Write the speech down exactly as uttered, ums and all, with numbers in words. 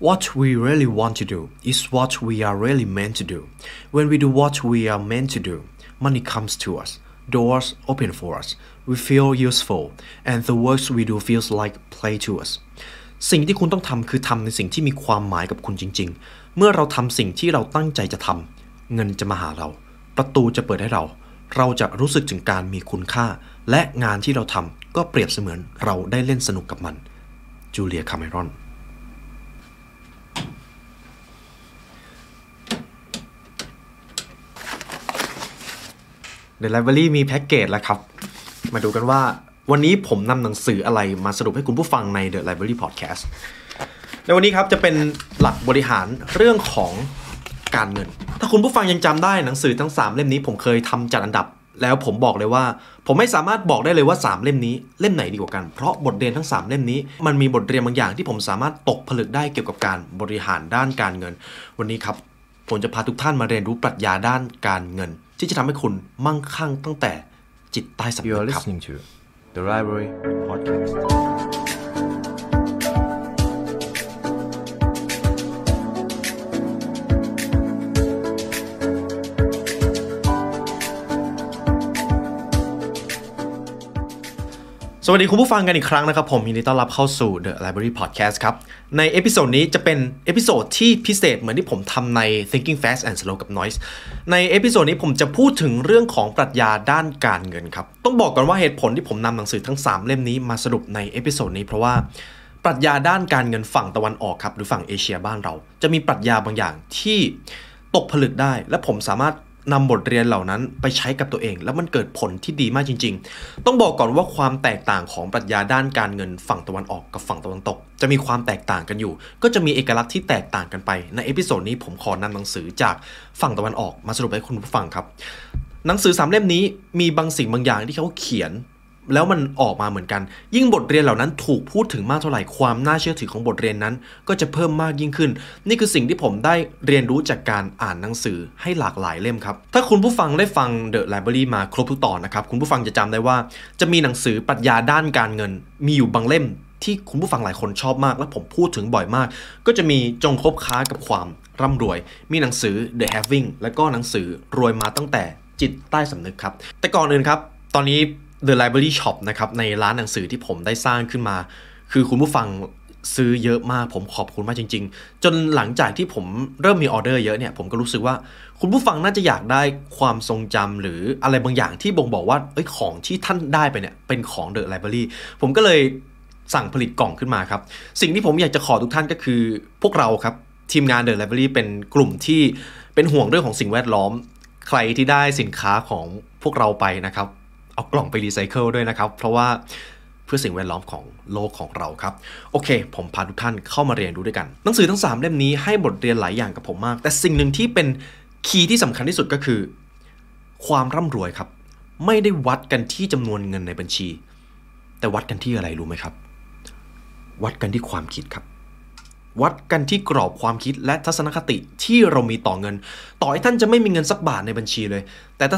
What we really want to do is what we are really meant to do. When we do what we are meant to do, money comes to us, doors open for us, we feel useful, and the work we do feels like play to us. สิ่งที่คุณต้องทำคือทำในสิ่งที่มีความหมายกับคุณจริงๆเมื่อเราทำสิ่งที่เราตั้งใจจะทำเงินจะมาหาเราประตูจะเปิดให้เราเราจะรู้สึกถึงการมีคุณค่าและงานที่เราทำก็เปรียบเสมือนเราได้เล่นสนุกกับมันจูเลียคาเมรอนThe Library มีแพ็กเกจแล้วครับมาดูกันว่าวันนี้ผมนำหนังสืออะไรมาสรุปให้คุณผู้ฟังใน The Library Podcast ในวันนี้ครับจะเป็นหลักบริหารเรื่องของการเงินถ้าคุณผู้ฟังยังจำได้หนังสือทั้งสามเล่มนี้ผมเคยทำจัดอันดับแล้วผมบอกเลยว่าผมไม่สามารถบอกได้เลยว่าสามเล่มนี้เล่มไหนดีกว่ากันเพราะบทเรียนทั้งสามเล่มนี้มันมีบทเรียนบางอย่างที่ผมสามารถตกผลึกได้เกี่ยวกับการบริหารด้านการเงินวันนี้ครับผมจะพาทุกท่านมาเรียนรู้ปรัชญาด้านการเงินที่จะทำให้คุณมั่งคั่งตั้งแต่จิตใต้สำนึกครับ You are listening to The Library Podcast สวัสดีคุณผู้ฟังกันอีกครั้งนะครับผมยินดีต้อนรับเข้าสู่ The Library Podcast ครับในเอพิโซดนี้จะเป็นเอพิโซดที่พิเศษเหมือนที่ผมทำใน Thinking Fast and Slow กับ Noise ในเอพิโซดนี้ผมจะพูดถึงเรื่องของปรัชญาด้านการเงินครับต้องบอกก่อนว่าเหตุผลที่ผมนำหนังสือทั้งสามเล่มนี้มาสรุปในเอพิโซดนี้เพราะว่าปรัชญาด้านการเงินฝั่งตะวันออกครับหรือฝั่งเอเชียบ้านเราจะมีปรัชญาบางอย่างที่ตกผลึกได้และผมสามารถนำบทเรียนเหล่านั้นไปใช้กับตัวเองแล้วมันเกิดผลที่ดีมากจริงๆต้องบอกก่อนว่าความแตกต่างของปรัชญาด้านการเงินฝั่งตะวันออกกับฝั่งตะวันตกจะมีความแตกต่างกันอยู่ก็จะมีเอกลักษณ์ที่แตกต่างกันไปในเอพิโซดนี้ผมขอนำหนังสือจากฝั่งตะวันออกมาสรุปให้คุณผู้ฟังครับหนังสือสามเล่มนี้มีบางสิ่งบางอย่างที่เขาเขียนแล้วมันออกมาเหมือนกันยิ่งบทเรียนเหล่านั้นถูกพูดถึงมากเท่าไหร่ความน่าเชื่อถือของบทเรียนนั้นก็จะเพิ่มมากยิ่งขึ้นนี่คือสิ่งที่ผมได้เรียนรู้จากการอ่านหนังสือให้หลากหลายเล่มครับถ้าคุณผู้ฟังได้ฟัง The Library มาครบทุกตอนนะครับคุณผู้ฟังจะจำได้ว่าจะมีหนังสือปรัชญาด้านการเงินมีอยู่บางเล่มที่คุณผู้ฟังหลายคนชอบมากและผมพูดถึงบ่อยมากก็จะมีจงคบค้ากับความร่ำรวยมีหนังสือ The Having และก็หนังสือรวยมาตั้งแต่จิตใต้สำนึกครับแต่ก่อนอื่นครับตอนนี้The Library Shop นะครับในร้านหนังสือที่ผมได้สร้างขึ้นมาคือคุณผู้ฟังซื้อเยอะมากผมขอบคุณมากจริงๆจนหลังจากที่ผมเริ่มมีออเดอร์เยอะเนี่ยผมก็รู้สึกว่าคุณผู้ฟังน่าจะอยากได้ความทรงจำหรืออะไรบางอย่างที่บ่งบอกว่าเอ้ยของที่ท่านได้ไปเนี่ยเป็นของ The Library ผมก็เลยสั่งผลิตกล่องขึ้นมาครับสิ่งที่ผมอยากจะขอทุกท่านก็คือพวกเราครับทีมงาน The Library เป็นกลุ่มที่เป็นห่วงเรื่องของสิ่งแวดล้อมใครที่ได้สินค้าของพวกเราไปนะครับเอากล่องไปรีไซเคิลด้วยนะครับเพราะว่าเพื่อสิ่งแวดล้อมของโลกของเราครับโอเคผมพาทุกท่านเข้ามาเรียนรู้ด้วยกันหนังสือทั้งสามเล่มนี้ให้บทเรียนหลายอย่างกับผมมากแต่สิ่งหนึ่งที่เป็นคีย์ที่สำคัญที่สุดก็คือความร่ำรวยครับไม่ได้วัดกันที่จำนวนเงินในบัญชีแต่วัดกันที่อะไรรู้ไหมครับวัดกันที่ความคิดครับวัดกันที่กรอบความคิดและทัศนคติที่เรามีต่อเงินต่อให้ท่านจะไม่มีเงินสักบาทในบัญชีเลยแต่ถ้า